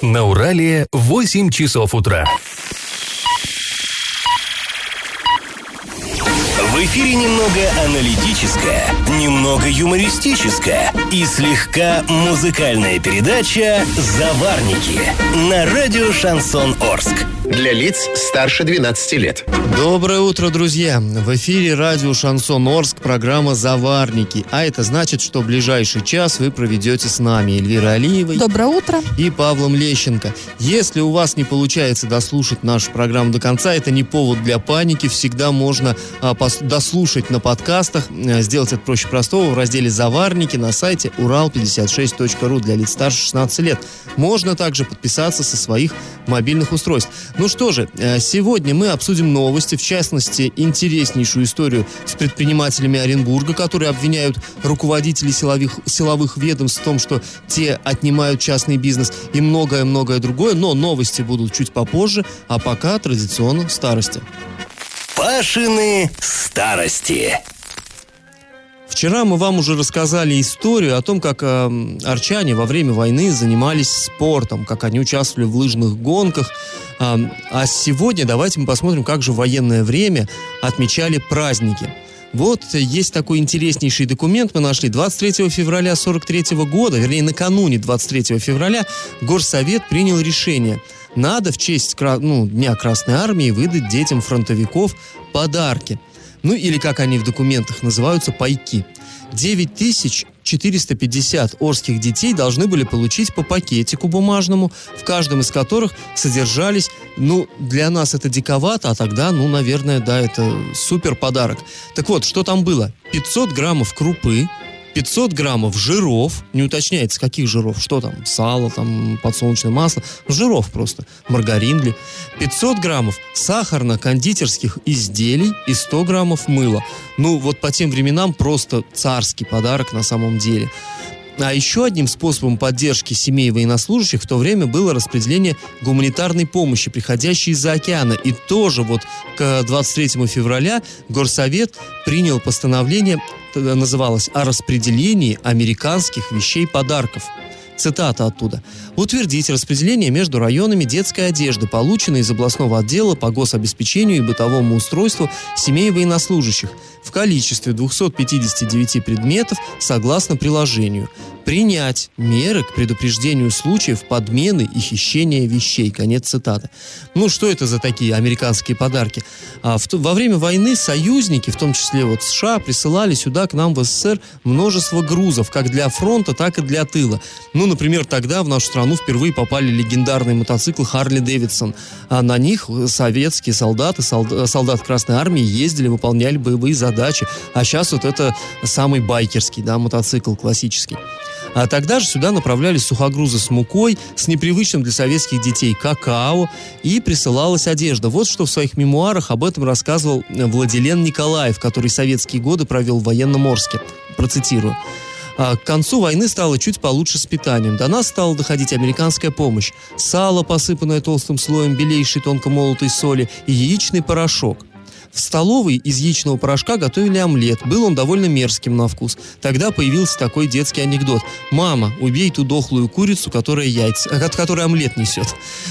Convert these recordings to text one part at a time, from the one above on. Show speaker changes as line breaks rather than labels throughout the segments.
На Урале 8 часов утра. В эфире немного аналитическая, немного юмористическая и слегка музыкальная передача «Заварники» на радио «Шансон Орск».
Для лиц старше 12 лет.
Доброе утро, друзья! В эфире радио «Шансон Орск», программа «Заварники». А это значит, что ближайший час вы проведете с нами, Эльвирой Алиевой.
Доброе утро.
И Павлом Лещенко. Если у вас не получается дослушать нашу программу до конца, это не повод для паники. Всегда можно дослушать на подкастах. Сделать это проще простого в разделе «Заварники» на сайте урал56.ру для лиц старше 16 лет. Можно также подписаться со своих мобильных устройств. Ну что же, сегодня мы обсудим новости, в частности, интереснейшую историю с предпринимателями Оренбурга, которые обвиняют руководителей силовых ведомств в том, что те отнимают частный бизнес, и многое-многое другое. Но новости будут чуть попозже, а пока традиционно старости.
Пашины старости.
Вчера мы вам уже рассказали историю о том, как арчане во время войны занимались спортом, как они участвовали в лыжных гонках. А сегодня давайте мы посмотрим, как же в военное время отмечали праздники. Вот есть такой интереснейший документ, мы нашли. 23 февраля 1943 года, вернее, накануне 23 февраля, Горсовет принял решение. Надо в честь Дня Красной Армии выдать детям фронтовиков подарки. Ну, или, как они в документах называются, пайки. 9450 орских детей должны были получить по пакетику бумажному, в каждом из которых содержались, для нас это диковато, а тогда, наверное, да, это супер подарок. Так вот, что там было? 500 граммов крупы, 500 граммов жиров, не уточняется, каких жиров, что там, сало, там, подсолнечное масло, жиров просто, маргарин ли, 500 граммов сахарно-кондитерских изделий и 100 граммов мыла. Вот по тем временам просто царский подарок на самом деле. А еще одним способом поддержки семей военнослужащих в то время было распределение гуманитарной помощи, приходящей из-за океана. И тоже к 23 февраля Горсовет принял постановление, называлось «О распределении американских вещей-подарков». Цитата оттуда. «Утвердить распределение между районами детской одежды, полученной из областного отдела по гособеспечению и бытовому устройству семей военнослужащих в количестве 259 предметов согласно приложению. Принять меры к предупреждению случаев подмены и хищения вещей». Конец цитаты. Что это за такие американские подарки? Во время войны союзники, в том числе США, присылали сюда, к нам в СССР, множество грузов, как для фронта, так и для тыла. Например, тогда в нашу страну впервые попали легендарные мотоциклы Харли Дэвидсон. А на них советские солдаты Красной Армии ездили, выполняли боевые задачи. А сейчас это самый байкерский, мотоцикл классический. А тогда же сюда направлялись сухогрузы с мукой, с непривычным для советских детей какао, и присылалась одежда. Вот что в своих мемуарах об этом рассказывал Владилен Николаев, который советские годы провел в военном Орске. Процитирую. К концу войны стало чуть получше с питанием. До нас стала доходить американская помощь. Сало, посыпанное толстым слоем белейшей тонко молотой соли, и яичный порошок. В столовой из яичного порошка готовили омлет. Был он довольно мерзким на вкус. Тогда появился такой детский анекдот. «Мама, убей ту дохлую курицу, которая омлет несет».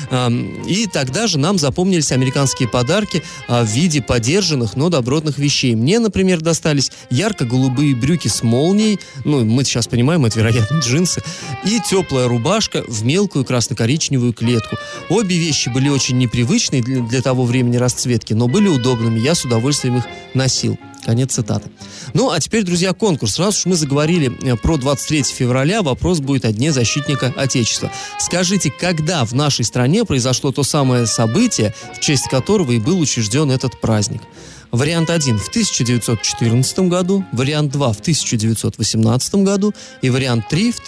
И тогда же нам запомнились американские подарки в виде подержанных, но добротных вещей. Мне, например, достались ярко-голубые брюки с молнией. Мы сейчас понимаем, это, вероятно, джинсы. И теплая рубашка в мелкую красно-коричневую клетку. Обе вещи были очень непривычные для того времени расцветки, но были удобными. Я с удовольствием их носил. Конец цитаты. А теперь, друзья, конкурс. Раз уж мы заговорили про 23 февраля, вопрос будет о Дне защитника Отечества. Скажите, когда в нашей стране произошло то самое событие, в честь которого и был учрежден этот праздник? Вариант 1 в 1914 году, вариант 2 в 1918 году и вариант 3 в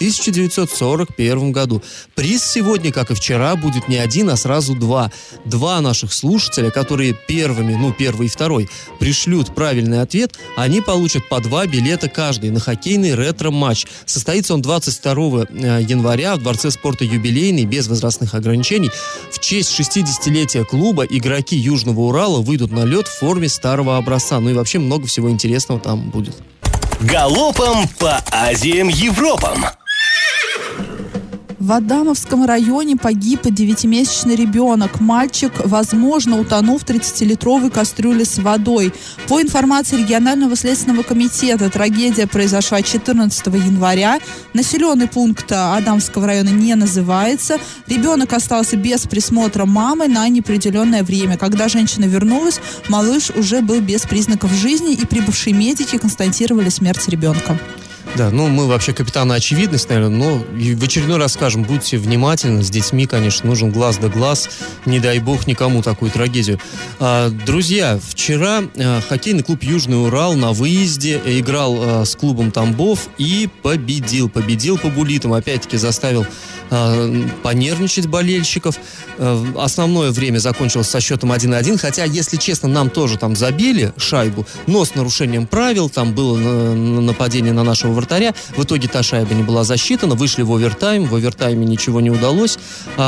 1941 году. Приз сегодня, как и вчера, будет не один, а сразу два. Два наших слушателя, которые первый и второй, пришлют правильный ответ, они получат по 2 билета каждый на хоккейный ретро-матч. Состоится он 22 января в Дворце спорта «Юбилейный» без возрастных ограничений. В честь 60-летия клуба игроки Южного Урала выйдут на лед в форме старого образца. И вообще много всего интересного там будет.
Галопом по Азиям, Европам.
В Адамовском районе погиб 9-месячный ребенок. Мальчик, возможно, утонул в 30-литровой кастрюле с водой. По информации регионального следственного комитета, трагедия произошла 14 января. Населенный пункт Адамского района не называется. Ребенок остался без присмотра мамы на неопределенное время. Когда женщина вернулась, малыш уже был без признаков жизни, и прибывшие медики констатировали смерть ребенка.
Да, ну мы вообще капитаны очевидность, наверное, но в очередной раз скажем, будьте внимательны, с детьми, конечно, нужен глаз да глаз, не дай бог никому такую трагедию. Друзья, вчера хоккейный клуб «Южный Урал» на выезде играл с клубом Тамбов и победил по буллитам, опять-таки заставил понервничать болельщиков. Основное время закончилось со счетом 1-1, хотя, если честно, нам тоже там забили шайбу, но с нарушением правил, там было нападение на нашего вратаря, в итоге та шайба не была засчитана, вышли в овертайме ничего не удалось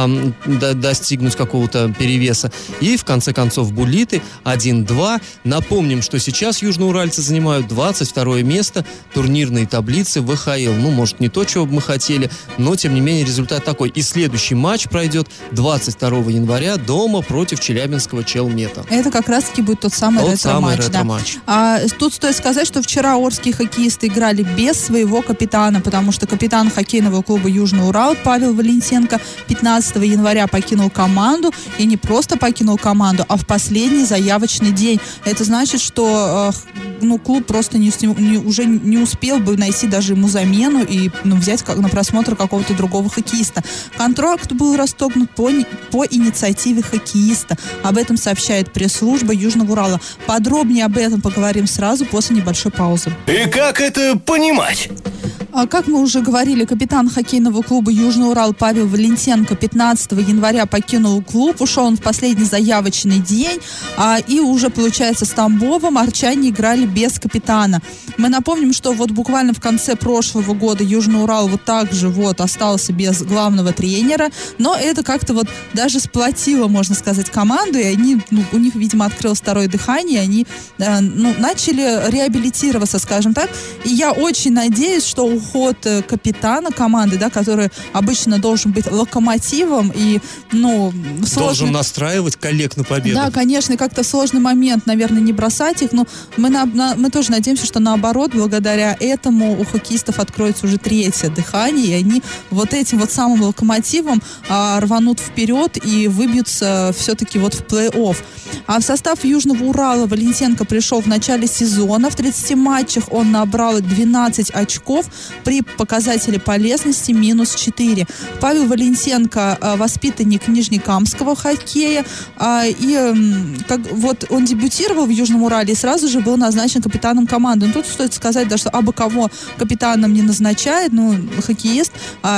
достигнуть какого-то перевеса, и в конце концов буллиты 1-2. Напомним, что сейчас южноуральцы занимают 22 место турнирной таблицы ВХЛ. Ну, может, не то, чего бы мы хотели, но, тем не менее, результат такой. И следующий матч пройдет 22 января дома против челябинского Челмета.
Это как раз-таки будет тот самый ретро-матч. Да. Тут стоит сказать, что вчера орские хоккеисты играли без своего капитана, потому что капитан хоккейного клуба «Южный Урал» Павел Валенсенко 15 января покинул команду, и не просто покинул команду, а в последний заявочный день. Это значит, что клуб просто уже не успел бы найти даже ему замену и взять на просмотр какого-то другого хоккеиста. Контракт был расторгнут по инициативе хоккеиста. Об этом сообщает пресс-служба Южного Урала. Подробнее об этом поговорим сразу после небольшой паузы.
И как это понимать?
Как мы уже говорили, капитан хоккейного клуба «Южный Урал» Павел Валенсенко 15 января покинул клуб, ушел он в последний заявочный день, и уже, получается, с Тамбовом арчане играли без капитана. Мы напомним, что вот буквально в конце прошлого года «Южный Урал» вот так же остался без главного тренера, но это как-то вот даже сплотило, можно сказать, команду, и они, у них, видимо, открылось второе дыхание, они начали реабилитироваться, скажем так, и я очень надеюсь, что уход капитана команды, да, который обычно должен быть локомотивом и,
должен настраивать коллег на победу.
Да, конечно, и как-то в сложный момент, наверное, не бросать их, но мы тоже надеемся, что наоборот, благодаря этому у хоккеистов откроется уже третье дыхание, и они вот этим вот самым локомотивом рванут вперед и выбьются все-таки вот в плей-офф. А в состав Южного Урала Валенсенко пришел в начале сезона. В 30 матчах он набрал 12 очков при показателе полезности -4. Павел Валенсенко воспитанник нижнекамского хоккея. Он дебютировал в Южном Урале и сразу же был назначен капитаном команды. Но тут стоит сказать, что абы кого капитаном не назначает, хоккеист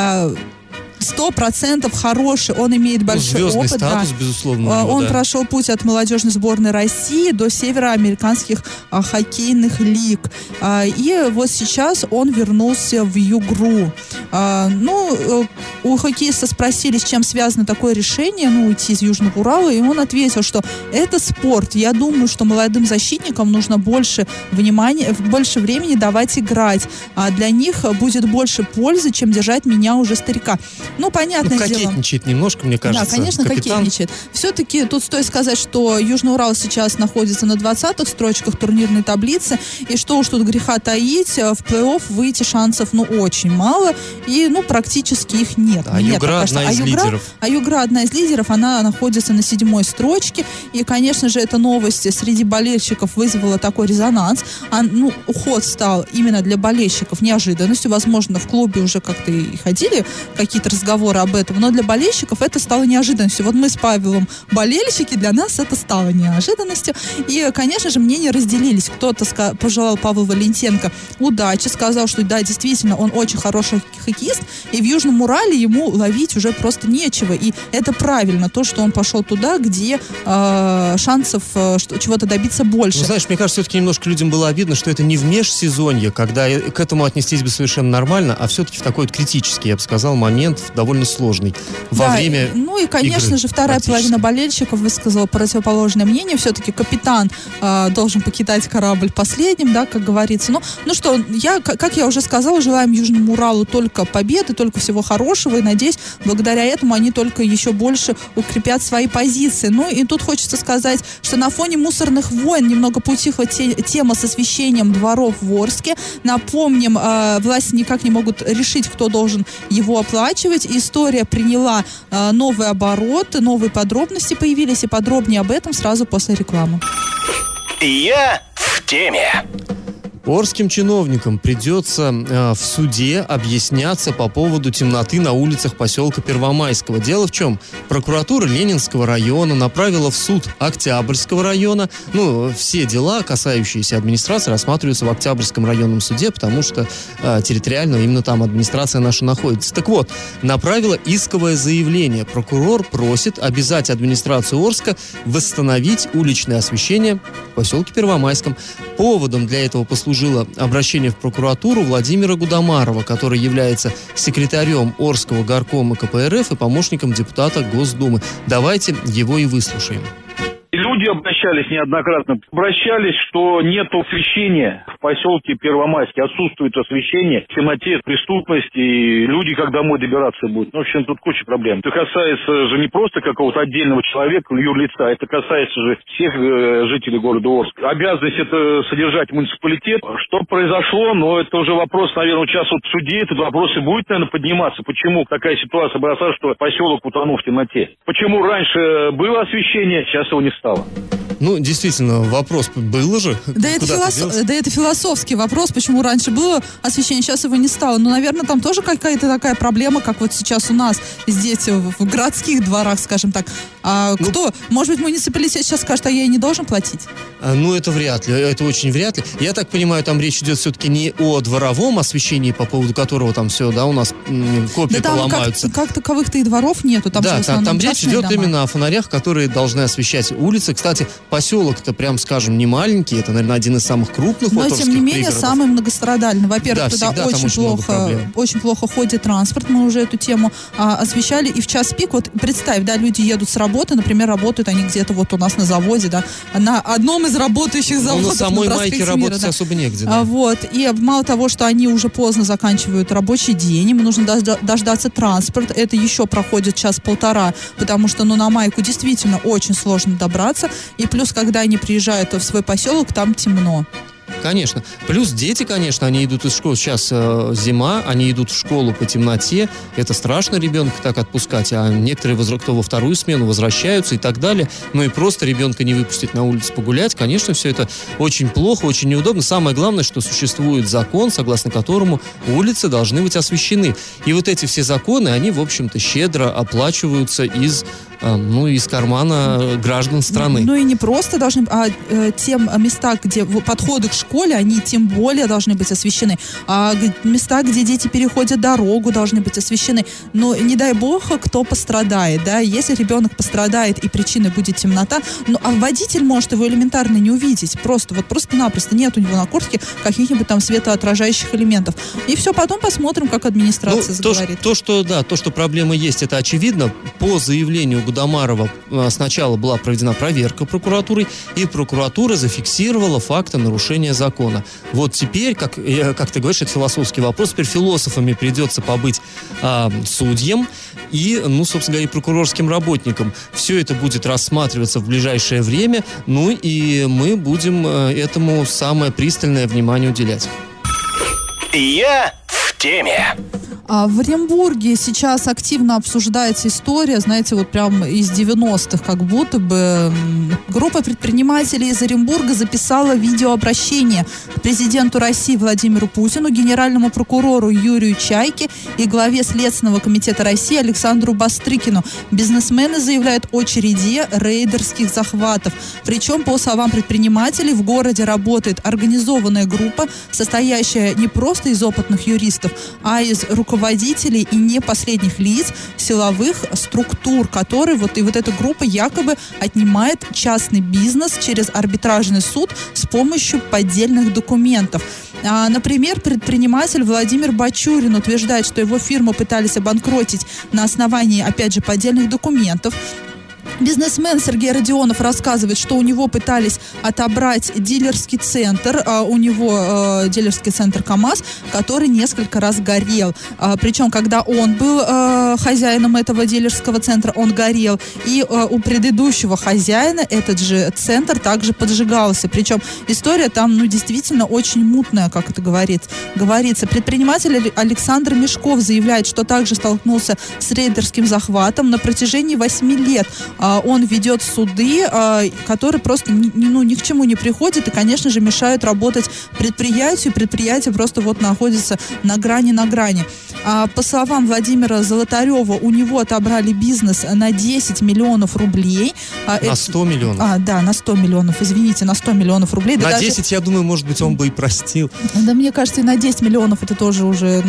100% хороший, он имеет большой
звездный
опыт.
Статус, безусловно.
Он прошел путь от молодежной сборной России до североамериканских хоккейных лиг. И вот сейчас он вернулся в Югру. У хоккеиста спросили, с чем связано такое решение, уйти из Южного Урала, и он ответил, что это спорт. Я думаю, что молодым защитникам нужно больше внимания, больше времени давать играть. Для них будет больше пользы, чем держать меня уже старика. Понятное дело.
Кокетничает немножко, мне кажется.
Да, конечно, кокетничает. Все-таки тут стоит сказать, что Южный Урал сейчас находится на 20-х строчках турнирной таблицы, и что уж тут греха таить, в плей-офф выйти шансов, очень мало, и, практически их нет.
Югра одна из лидеров.
Югра одна из лидеров, она находится на 7-й строчке, и, конечно же, эта новость среди болельщиков вызвала такой резонанс. Уход стал именно для болельщиков неожиданностью. Возможно, в клубе уже как-то и ходили какие-то разговоры об этом, но для болельщиков это стало неожиданностью. Вот мы с Павелом болельщики, для нас это стало неожиданностью. И, конечно же, мнения разделились. Кто-то пожелал Павлу Валенсенко удачи, сказал, что да, действительно, он очень хороший хоккеист, и в Южном Урале ему ловить уже просто нечего. И это правильно, то, что он пошел туда, где шансов чего-то добиться больше.
Знаешь, мне кажется, все-таки немножко людям было обидно, что это не в межсезонье, когда к этому отнеслись бы совершенно нормально, а все-таки в такой вот критический, я бы сказал, момент довольно сложный во время
Ну и, конечно
игры
же, вторая половина болельщиков высказала противоположное мнение. Все-таки капитан должен покидать корабль последним, да, как говорится. Ну что, как я уже сказала, желаем Южному Уралу только победы, только всего хорошего. И надеюсь, благодаря этому они только еще больше укрепят свои позиции. Ну и тут хочется сказать, что на фоне мусорных войн немного поутихла тема с освещением дворов в Орске. Напомним, власти никак не могут решить, кто должен его оплачивать. История приняла новый оборот, новые подробности появились, и подробнее об этом сразу после рекламы.
Я в теме.
Орским чиновникам придется в суде объясняться по поводу темноты на улицах поселка Первомайского. Дело в чем? Прокуратура Ленинского района направила в суд Октябрьского района. Ну, все дела, касающиеся администрации, рассматриваются в Октябрьском районном суде, потому что территориально именно там администрация наша находится. Так вот, направила исковое заявление. Прокурор просит обязать администрацию Орска восстановить уличное освещение в поселке Первомайском. Поводом для этого послужило обращение в прокуратуру Владимира Гудамарова, который является секретарем Орского горкома КПРФ и помощником депутата Госдумы. Давайте его и выслушаем.
Люди обращались неоднократно, что нет освещения в поселке Первомайске, отсутствует освещение, в темноте преступность, и люди как домой добираться будут. Ну, в общем, тут куча проблем. Это касается же не просто какого-то отдельного человека, юрлица, это касается же всех жителей города Орск. Обязанность это содержать муниципалитет. Что произошло, но это уже вопрос, наверное, сейчас вот в суде этот вопрос и будет, наверное, подниматься. Почему такая ситуация была, что поселок утонул в темноте? Почему раньше было освещение, сейчас его не стало?
Ну, действительно, вопрос было же.
Да это философский вопрос, почему раньше было освещение, сейчас его не стало. Ну, наверное, там тоже какая-то такая проблема, как вот сейчас у нас здесь, в городских дворах, скажем так. Может быть, муниципалитет сейчас скажет, а я и не должен платить?
Ну, это вряд ли, это очень вряд ли. Я так понимаю, там речь идет все-таки не о дворовом освещении, по поводу которого там все, да, у нас копии поломаются.
Как таковых-то и дворов нету. Там
речь идет именно о фонарях, которые должны освещать улицы. Кстати, поселок-то, прям скажем, не маленький, это, наверное, один из самых крупных
но,
оторских
тем не менее,
пригородов.
Самый многострадальный. Во-первых, туда очень плохо ходит транспорт, мы уже эту тему освещали, и в час пик, вот представь, да, люди едут с работы, например, работают они где-то вот у нас на заводе, да, на одном из работающих заводов.
На самой Майке работать особо негде.
Да. И мало того, что они уже поздно заканчивают рабочий день, им нужно дождаться транспорт, это еще проходит час-полтора, потому что, на Майку действительно очень сложно добраться, и плюс, когда они приезжают в свой поселок, там темно.
Конечно. Плюс дети, конечно, они идут из школы. Сейчас зима, они идут в школу по темноте. Это страшно ребенка так отпускать. А некоторые, кто во вторую смену, возвращаются и так далее. Ну и просто ребенка не выпустить на улицу погулять. Конечно, все это очень плохо, очень неудобно. Самое главное, что существует закон, согласно которому улицы должны быть освещены. И вот эти все законы, они, в общем-то, щедро оплачиваются из кармана граждан страны.
Ну и не просто должны, те места, где подходы к школе, они тем более должны быть освещены. А места, где дети переходят дорогу, должны быть освещены. Но не дай бог, кто пострадает, да, если ребенок пострадает и причиной будет темнота, а водитель может его элементарно не увидеть. Просто-напросто нет у него на куртке каких-нибудь там светоотражающих элементов. И все, потом посмотрим, как администрация заговорит.
То, что проблема есть, это очевидно. По заявлению Гудамарова сначала была проведена проверка прокуратурой, и прокуратура зафиксировала факты нарушения закона. Вот теперь, как ты говоришь, это философский вопрос, теперь философами придется побыть судьям и, собственно говоря, и прокурорским работникам. Все это будет рассматриваться в ближайшее время, и мы будем этому самое пристальное внимание уделять.
Я в теме.
В Оренбурге сейчас активно обсуждается история, знаете, вот прям из 90-х как будто бы. Группа предпринимателей из Оренбурга записала видеообращение к президенту России Владимиру Путину, генеральному прокурору Юрию Чайке и главе Следственного комитета России Александру Бастрыкину. Бизнесмены заявляют о череде рейдерских захватов. Причем, по словам предпринимателей, в городе работает организованная группа, состоящая не просто из опытных юристов, а из руководителей и не последних лиц силовых структур, которые вот эта группа якобы отнимает частный бизнес через арбитражный суд с помощью поддельных документов. Например, предприниматель Владимир Бачурин утверждает, что его фирму пытались обанкротить на основании, опять же, поддельных документов. Бизнесмен Сергей Родионов рассказывает, что у него пытались отобрать дилерский центр, у него дилерский центр КАМАЗ, который несколько раз горел. Причем, когда он был хозяином этого дилерского центра, он горел. И у предыдущего хозяина этот же центр также поджигался. Причем история там, действительно очень мутная, как это говорится. Предприниматель Александр Мешков заявляет, что также столкнулся с рейдерским захватом. На протяжении 8 лет он ведет суды, которые просто ни к чему не приходят и, конечно же, мешают работать предприятию. Предприятие просто находится на грани. По словам Владимира Золотарева, у него отобрали бизнес на 10 миллионов рублей.
На 100 миллионов?
Да, на 100 миллионов, извините, на 100 миллионов рублей.
На 10, я думаю, может быть, он бы и простил.
Да, мне кажется, и на 10 миллионов это тоже уже...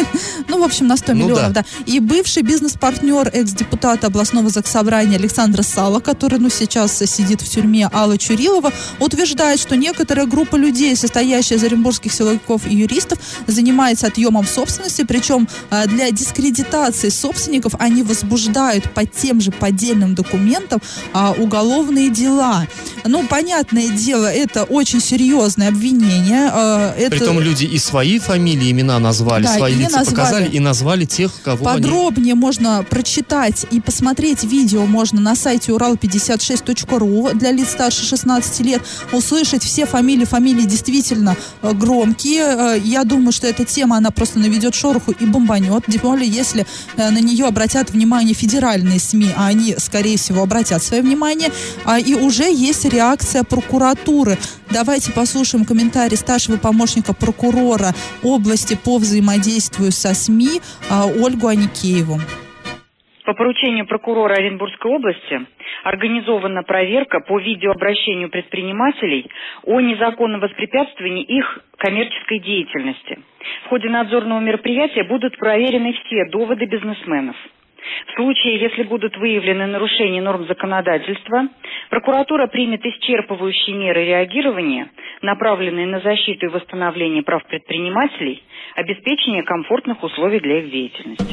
в общем, на 100 миллионов, да. И бывший бизнес-партнер экс-депутата областного заксобрания Александра Сала, который, сейчас сидит в тюрьме, Алла Чурилова, утверждает, что некоторая группа людей, состоящая из оренбургских силовиков и юристов, занимается отъемом собственности, причем для дискредитации собственников они возбуждают по тем же поддельным документам уголовные дела. Понятное дело, это очень серьезное обвинение.
Притом люди и свои фамилии, имена назвали, да, свои лица показали и назвали тех, кого
подробнее можно прочитать и посмотреть видео можно на сайте урал56.ру для лиц старше 16 лет, услышать все фамилии действительно громкие. Я думаю, что эта тема, она просто наведет шороху и бомбанет, тем более, если на нее обратят внимание федеральные СМИ, а они, скорее всего, обратят свое внимание, и уже есть реакция прокуратуры. Давайте послушаем комментарий старшего помощника прокурора области по взаимодействию со СМИ Ольгу Аникееву.
По поручению прокурора Оренбургской области организована проверка по видеообращению предпринимателей о незаконном воспрепятствовании их коммерческой деятельности. В ходе надзорного мероприятия будут проверены все доводы бизнесменов. В случае, если будут выявлены нарушения норм законодательства, прокуратура примет исчерпывающие меры реагирования, направленные на защиту и восстановление прав предпринимателей, обеспечение комфортных условий для их деятельности.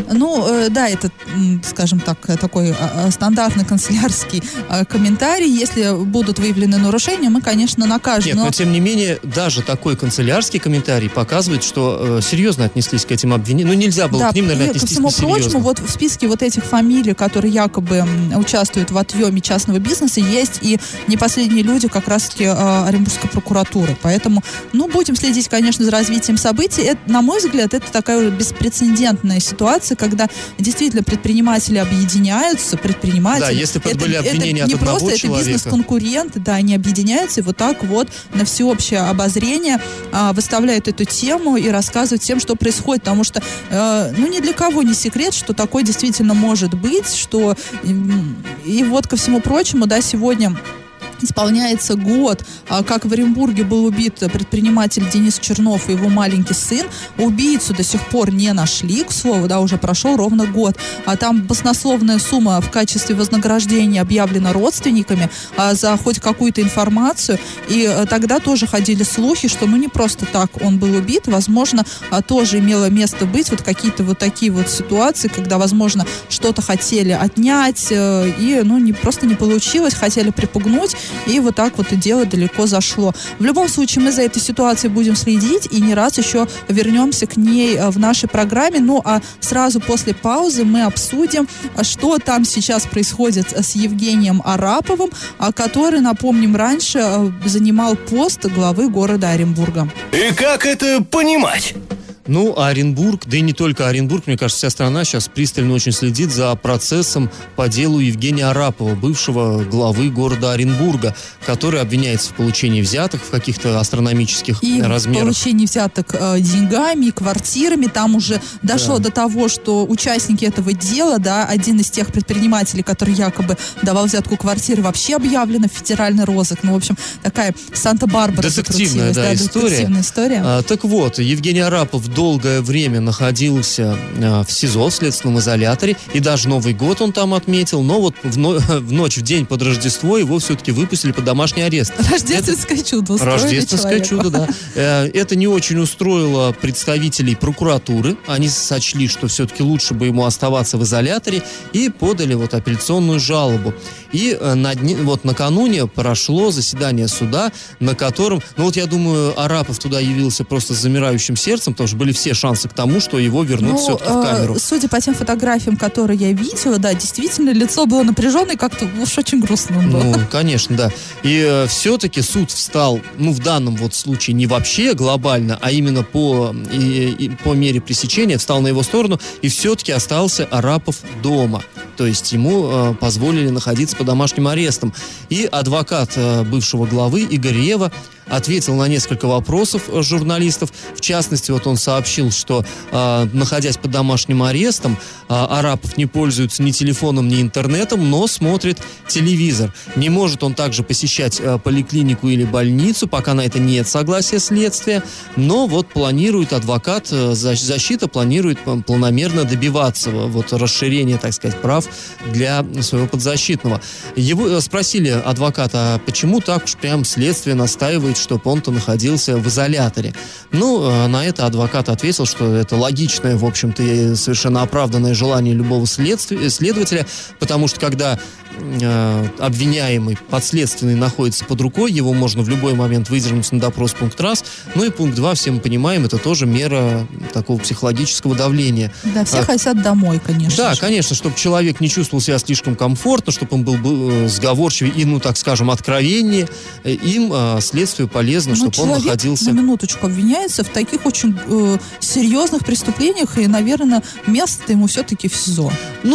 Да, это, скажем так, такой стандартный канцелярский комментарий. Если будут выявлены нарушения, мы, конечно, накажем.
Нет, но тем не менее, даже такой канцелярский комментарий показывает, что серьезно отнеслись к этим обвинениям. Нельзя было к ним, наверное, отнестись несерьезно.
Ко всему прочему, в списке этих фамилий, которые якобы участвуют в отъеме частного бизнеса, есть и не последние люди как раз-таки Оренбургской прокуратуры. Поэтому, будем следить, конечно, за развитием событий. Это, на мой взгляд, это такая уже беспрецедентная ситуация, когда действительно предприниматели объединяются,
Да, если бы были обвинения от одного человека.
Это бизнес-конкуренты, да, они объединяются и так на всеобщее обозрение выставляют эту тему и рассказывают всем, что происходит, потому что, ни для кого не секрет, что такое действительно может быть, что и ко всему прочему, да, сегодня исполняется год, как в Оренбурге был убит предприниматель Денис Чернов и его маленький сын. Убийцу до сих пор не нашли, к слову, да, уже прошел ровно год. Там баснословная сумма в качестве вознаграждения объявлена родственниками за хоть какую-то информацию. И тогда тоже ходили слухи, что не просто так он был убит. Возможно, тоже имело место быть какие-то такие ситуации, когда, возможно, что-то хотели отнять и, просто не получилось, хотели припугнуть. И так и дело далеко зашло. В любом случае, мы за этой ситуацией будем следить и не раз еще вернемся к ней в нашей программе. А сразу после паузы мы обсудим, что там сейчас происходит с Евгением Араповым, который, напомним, раньше занимал пост главы города Оренбурга.
И как это понимать?
Оренбург, да и не только Оренбург, мне кажется, вся страна сейчас пристально очень следит за процессом по делу Евгения Арапова, бывшего главы города Оренбурга, который обвиняется в получении взяток в каких-то астрономических размерах.
И в получении взяток деньгами, квартирами. Там уже дошло до того, что участники этого дела, да, один из тех предпринимателей, который якобы давал взятку квартиры, вообще объявлен в федеральный розыск. В общем, такая Санта-Барбара
детективная,
закрутилась.
Детективная история.
Так вот,
Евгений Арапов долгое время находился в СИЗО, в следственном изоляторе, и даже Новый год он там отметил, но вот в ночь, в день под Рождество его все-таки выпустили под домашний арест.
Рождественское чудо устроили
Рождественское
человеку.
чудо, да. Это не очень устроило представителей прокуратуры. Они сочли, что все-таки лучше бы ему оставаться в изоляторе, и подали вот апелляционную жалобу. И накануне прошло заседание суда, на котором, я думаю, Арапов туда явился просто с замирающим сердцем, потому что были все шансы к тому, что его вернут все-таки в камеру.
Судя по тем фотографиям, которые я видела, да, действительно, лицо было напряженное, как-то уж очень грустно было.
Ну, конечно, да. И все-таки суд встал, в данном вот случае не вообще глобально, а именно по мере пресечения, встал на его сторону, и все-таки остался Арапов дома. То есть ему позволили находиться под домашним арестом. И адвокат бывшего главы Игорь Рева ответил на несколько вопросов журналистов. В частности, вот он сообщил, что, находясь под домашним арестом, Арапов не пользуется ни телефоном, ни интернетом, но смотрит телевизор. Не может он также посещать поликлинику или больницу, пока на это нет согласия следствия. Но вот планирует адвокат, защита планирует планомерно добиваться расширения, так сказать, прав для своего подзащитного. Его спросили адвоката, почему так уж прям следствие настаивает, чтобы он-то находился в изоляторе. На это адвокат ответил, что это логичное, в общем-то, и совершенно оправданное желание любого следователя, потому что когда обвиняемый, подследственный находится под рукой, его можно в любой момент выдернуть на допрос, пункт раз. И пункт 2, все мы понимаем, это тоже мера такого психологического давления. Да,
все хотят домой, конечно.
Да, конечно, чтобы человек не чувствовал себя слишком комфортно, чтобы он был сговорчивее и, так скажем, откровеннее. Им следствию полезно, чтобы он находился...
на минуточку обвиняется в таких очень серьезных преступлениях, и, наверное, место ему все-таки в СИЗО.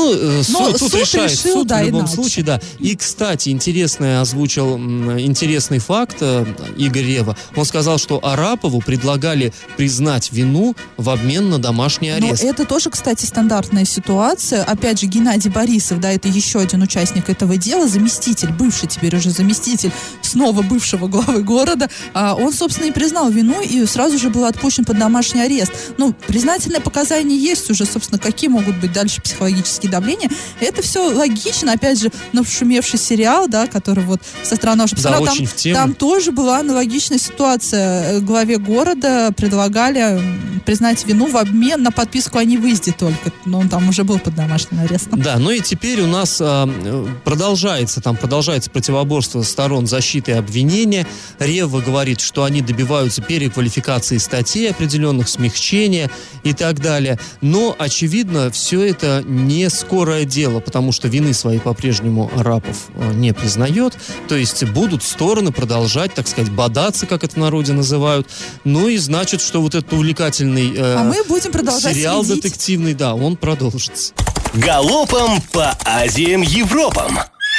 Тут решает суд в любом
иначе.
случае, да. И, кстати, озвучил интересный факт Игорь Рева. Он сказал, что Арапову предлагали признать вину в обмен на домашний арест.
Это тоже, кстати, стандартная ситуация. Опять же, Геннадий Борисов, да, это еще один участник этого дела, заместитель, бывший теперь уже заместитель снова бывшего главы города. Он, собственно, и признал вину и сразу же был отпущен под домашний арест. Признательные показания есть уже, собственно, какие могут быть дальше психологические давления. Это все логично. Опять же, нашумевший сериал, да, который со стороны нашего
посмотрел, очень в тему.
Там тоже была аналогичная ситуация. Главе города предлагали признать вину в обмен на подписку о невыезде только. Но он там уже был под домашним арестом.
Да, и теперь у нас продолжается противоборство сторон защиты и обвинения. Рева говорит, что они добиваются переквалификации статей определенных, смягчения и так далее. Но, очевидно, все это не скорое дело, потому что вины своей по-прежнему Арапов не признает. То есть будут стороны продолжать, так сказать, бодаться, как это в народе называют. И значит, что вот этот увлекательный
мы будем продолжать
сериал
следить.
детективный, да, он продолжится.
Галопом по Азиям Европам.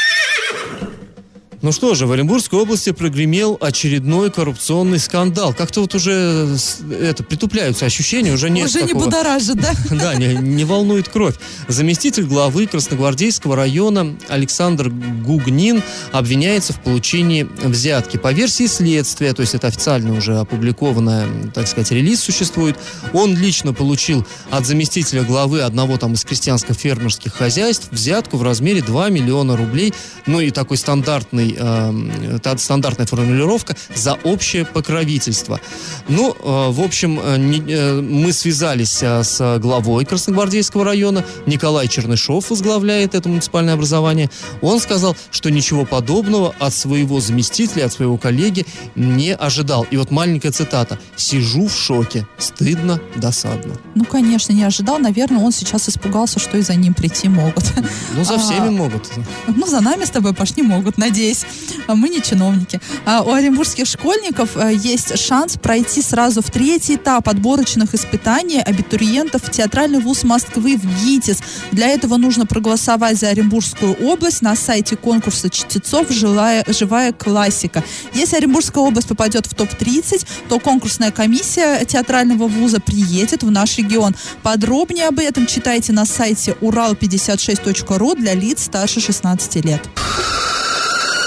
Ну что же, в Оренбургской области прогремел очередной коррупционный скандал. Как-то уже притупляются ощущения, уже нет
уже
такого...
не будоражит, да?
Да, не волнует кровь. Заместитель главы Красногвардейского района Александр Гугнин обвиняется в получении взятки. По версии следствия, то есть это официально уже опубликованная, так сказать, релиз существует, он лично получил от заместителя главы одного из крестьянско-фермерских хозяйств взятку в размере 2 миллиона рублей. И такой стандартная формулировка за общее покровительство. В общем, мы связались с главой Красногвардейского района. Николай Чернышов возглавляет это муниципальное образование. Он сказал, что ничего подобного от своего заместителя, от своего коллеги не ожидал. И маленькая цитата: «Сижу в шоке. Стыдно, досадно».
Конечно, не ожидал. Наверное, он сейчас испугался, что и за ним прийти могут.
За всеми могут.
За нами с тобой, Паш, не могут, надеюсь. Мы не чиновники. У оренбургских школьников есть шанс пройти сразу в 3-й этап отборочных испытаний абитуриентов в театральный вуз Москвы в ГИТИС. Для этого нужно проголосовать за Оренбургскую область на сайте конкурса чтецов «Живая классика». Если Оренбургская область попадет в топ-30, то конкурсная комиссия театрального вуза приедет в наш регион. Подробнее об этом читайте на сайте ural56.ru для лиц старше 16 лет.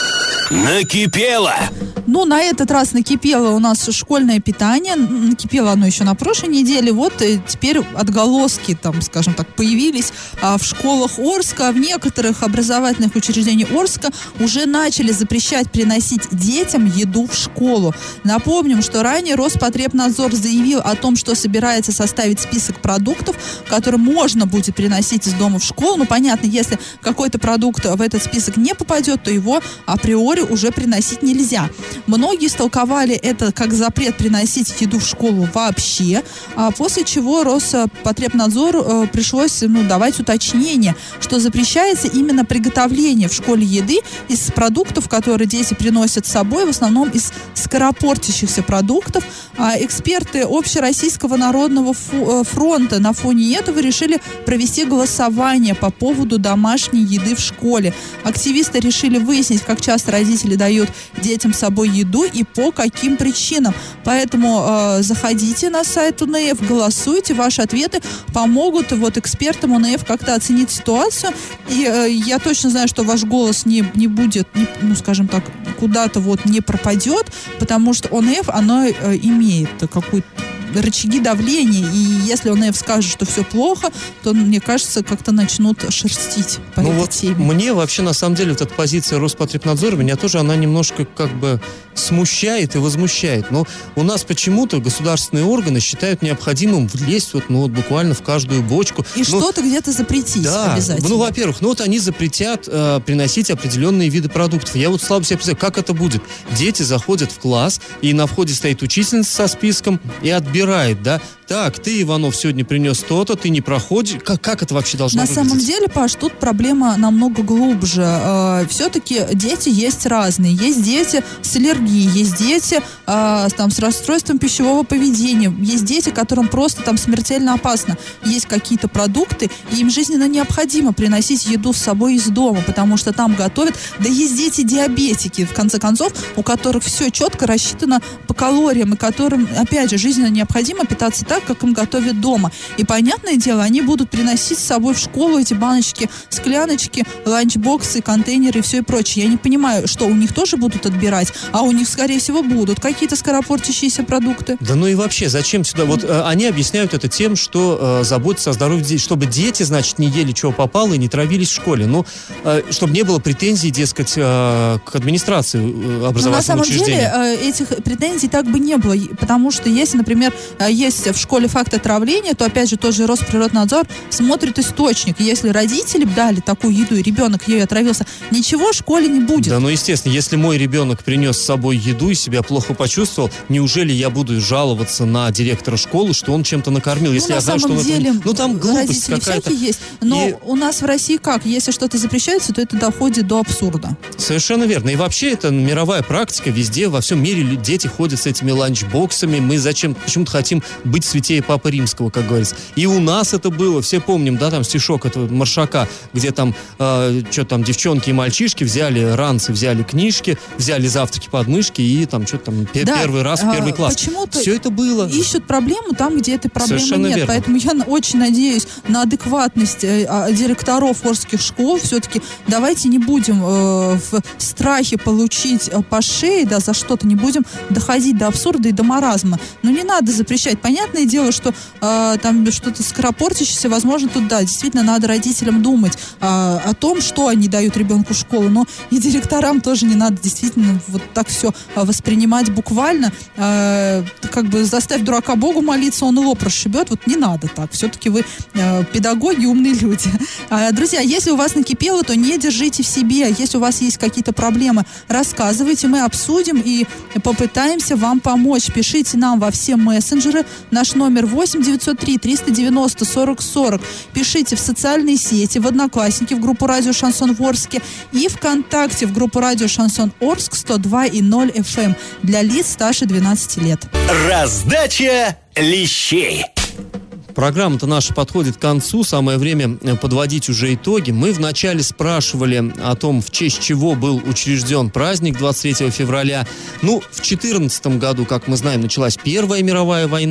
Накипело!
Ну, на этот раз накипело у нас школьное питание. Накипело оно еще на прошлой неделе. Вот теперь отголоски, там, скажем так, появились в школах Орска. В некоторых образовательных учреждениях Орска уже начали запрещать приносить детям еду в школу. Напомним, что ранее Роспотребнадзор заявил о том, что собирается составить список продуктов, которые можно будет приносить из дома в школу. Ну, понятно, если какой-то продукт в этот список не попадет, то его априори уже приносить нельзя. Многие истолковали это как запрет приносить еду в школу вообще, после чего Роспотребнадзору пришлось давать уточнение, что запрещается именно приготовление в школе еды из продуктов, которые дети приносят с собой, в основном из скоропортящихся продуктов. Эксперты Общероссийского народного фронта на фоне этого решили провести голосование по поводу домашней еды в школе. Активисты решили выяснить, как часто родители дают детям с собой еду и по каким причинам. Поэтому заходите на сайт УНФ, голосуйте, ваши ответы помогут экспертам УНФ как-то оценить ситуацию. И я точно знаю, что ваш голос не будет, скажем так, куда-то не пропадет, потому что УНФ, оно имеет какую-то рычаги давления, и если ОНФ скажет, что все плохо, то, мне кажется, как-то начнут шерстить по этой теме.
Мне вообще, на самом деле, эта позиция Роспотребнадзора, меня тоже она немножко смущает и возмущает. Но у нас почему-то государственные органы считают необходимым влезть буквально в каждую бочку.
И что-то где-то запретить обязательно.
Во-первых, они запретят приносить определенные виды продуктов. Я слабо себе представляю, как это будет. Дети заходят в класс, и на входе стоит учительница со списком и отбирает, да? Так, ты, Иванов, сегодня принес то-то, ты не проходишь. Как это вообще должно выглядеть?
На самом деле, Паш, тут проблема намного глубже. Все-таки дети есть разные. Есть дети с аллергией, есть дети с расстройством пищевого поведения, есть дети, которым просто смертельно опасно. Есть какие-то продукты, и им жизненно необходимо приносить еду с собой из дома, потому что там готовят. Да есть дети-диабетики, в конце концов, у которых все четко рассчитано по калориям, и которым, опять же, жизненно необходимо питаться так, как им готовят дома. И, понятное дело, они будут приносить с собой в школу эти баночки, скляночки, ланчбоксы, контейнеры и все и прочее. Я не понимаю, что у них тоже будут отбирать, а у них, скорее всего, будут какие-то скоропортящиеся продукты.
Да и вообще, зачем сюда? Они объясняют это тем, что заботятся о здоровье детей, чтобы дети, значит, не ели чего попало и не травились в школе. Чтобы не было претензий, дескать, к администрации образовательного учреждения.
На самом деле, этих претензий так бы не было, потому что если, например, есть в школе факт отравления, то, опять же, тоже Росприроднадзор смотрит источник. Если родители дали такую еду, и ребенок ею отравился, ничего в школе не будет.
Да, естественно, если мой ребенок принес с собой еду и себя плохо почувствовал, неужели я буду жаловаться на директора школы, что он чем-то накормил, если я знаю, что он это... там глупость какая-то.
Есть. Но у нас в России как? Если что-то запрещается, то это доходит до абсурда.
Совершенно верно. И вообще это мировая практика. Везде, во всем мире дети ходят с этими ланчбоксами. Мы почему-то хотим быть святее Папы Римского, как говорится. И у нас это было, все помним, да, там стишок этого Маршака, где девчонки и мальчишки взяли ранцы, взяли книжки, взяли завтраки под мышки и первый раз в первый класс.
Почему-то
все это было.
Ищут проблему там, где этой проблемы
Совершенно
нет.
Верно.
Поэтому я очень надеюсь на адекватность директоров орских школ. Все-таки давайте не будем в страхе получить по шее, за что-то, не будем доходить до абсурда и до маразма. Но не надо запрещать. Понятное дело, что там что-то скоропортящееся, возможно, тут, действительно надо родителям думать о том, что они дают ребенку в школу, но и директорам тоже не надо действительно так все воспринимать буквально. Заставь дурака Богу молиться, он его прошибет. Не надо так. Все-таки вы педагоги, умные люди. Друзья, если у вас накипело, то не держите в себе. Если у вас есть какие-то проблемы, рассказывайте, мы обсудим и попытаемся вам помочь. Пишите нам во все мессенджеры. Наш номер 8-903-390-40-40. Пишите в социальные сети, в Одноклассники, в группу «Радио Шансон» в Орске и ВКонтакте в группу «Радио Шансон Орск» 102,0 FM для лиц старше 12 лет.
Раздача лещей.
Программа-то наша подходит к концу, самое время подводить уже итоги. Мы вначале спрашивали о том, в честь чего был учрежден праздник 23 февраля. В 2014 году, как мы знаем, началась Первая мировая война.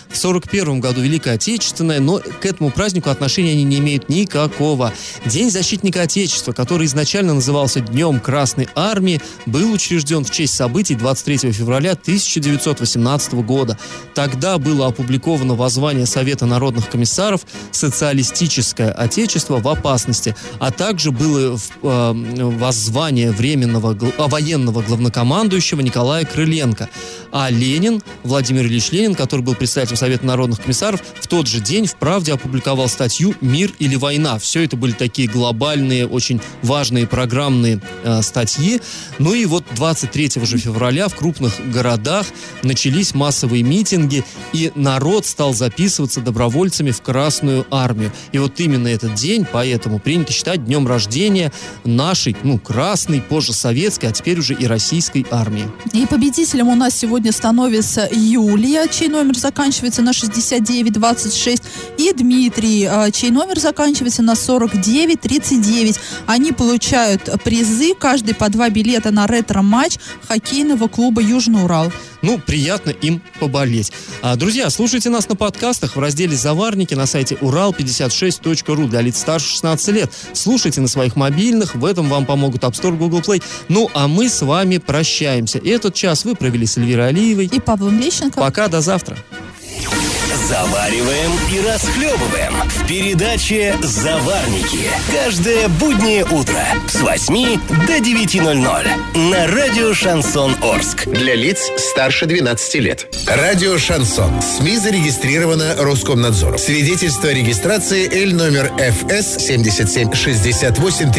В 41 году Великая Отечественная, но к этому празднику отношения они не имеют никакого. День защитника Отечества, который изначально назывался Днем Красной Армии, был учрежден в честь событий 23 февраля 1918 года. Тогда было опубликовано воззвание Совета народных комиссаров «Социалистическое Отечество в опасности», а также было воззвание военного главнокомандующего Николая Крыленко. А Ленин, Владимир Ильич Ленин, который был председателем Совета народных комиссаров, в тот же день в «Правде» опубликовал статью «Мир или война». Все это были такие глобальные, очень важные программные статьи. Ну и вот 23 же февраля в крупных городах начались массовые митинги, и народ стал записываться добровольцами в Красную армию. И вот именно этот день, поэтому принято считать днем рождения нашей, красной, позже советской, а теперь уже и российской армии. И
победителем у нас сегодня становится Юлия, чей номер заканчивается на 6926, и Дмитрий, чей номер заканчивается на 4939. Они получают призы, каждый по 2 билета на ретро-матч хоккейного клуба «Южный Урал».
Приятно им поболеть. Друзья, слушайте нас на подкастах в разделе «Заварники» на сайте урал56.ру для лиц старше 16 лет. Слушайте на своих мобильных, в этом вам помогут App Store, Google Play. А мы с вами прощаемся. Этот час вы провели с Эльвирой Алиевой
и Павлом Лещенко.
Пока, до завтра.
Завариваем и расхлебываем в передаче «Заварники». Каждое буднее утро с 8 до 9:00 на радио «Шансон Орск».
Для лиц старше 12 лет. Радио «Шансон». СМИ зарегистрировано Роскомнадзором. Свидетельство о регистрации Л номер ФС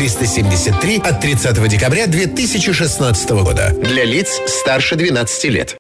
7768373 от 30 декабря 2016 года. Для лиц старше 12 лет.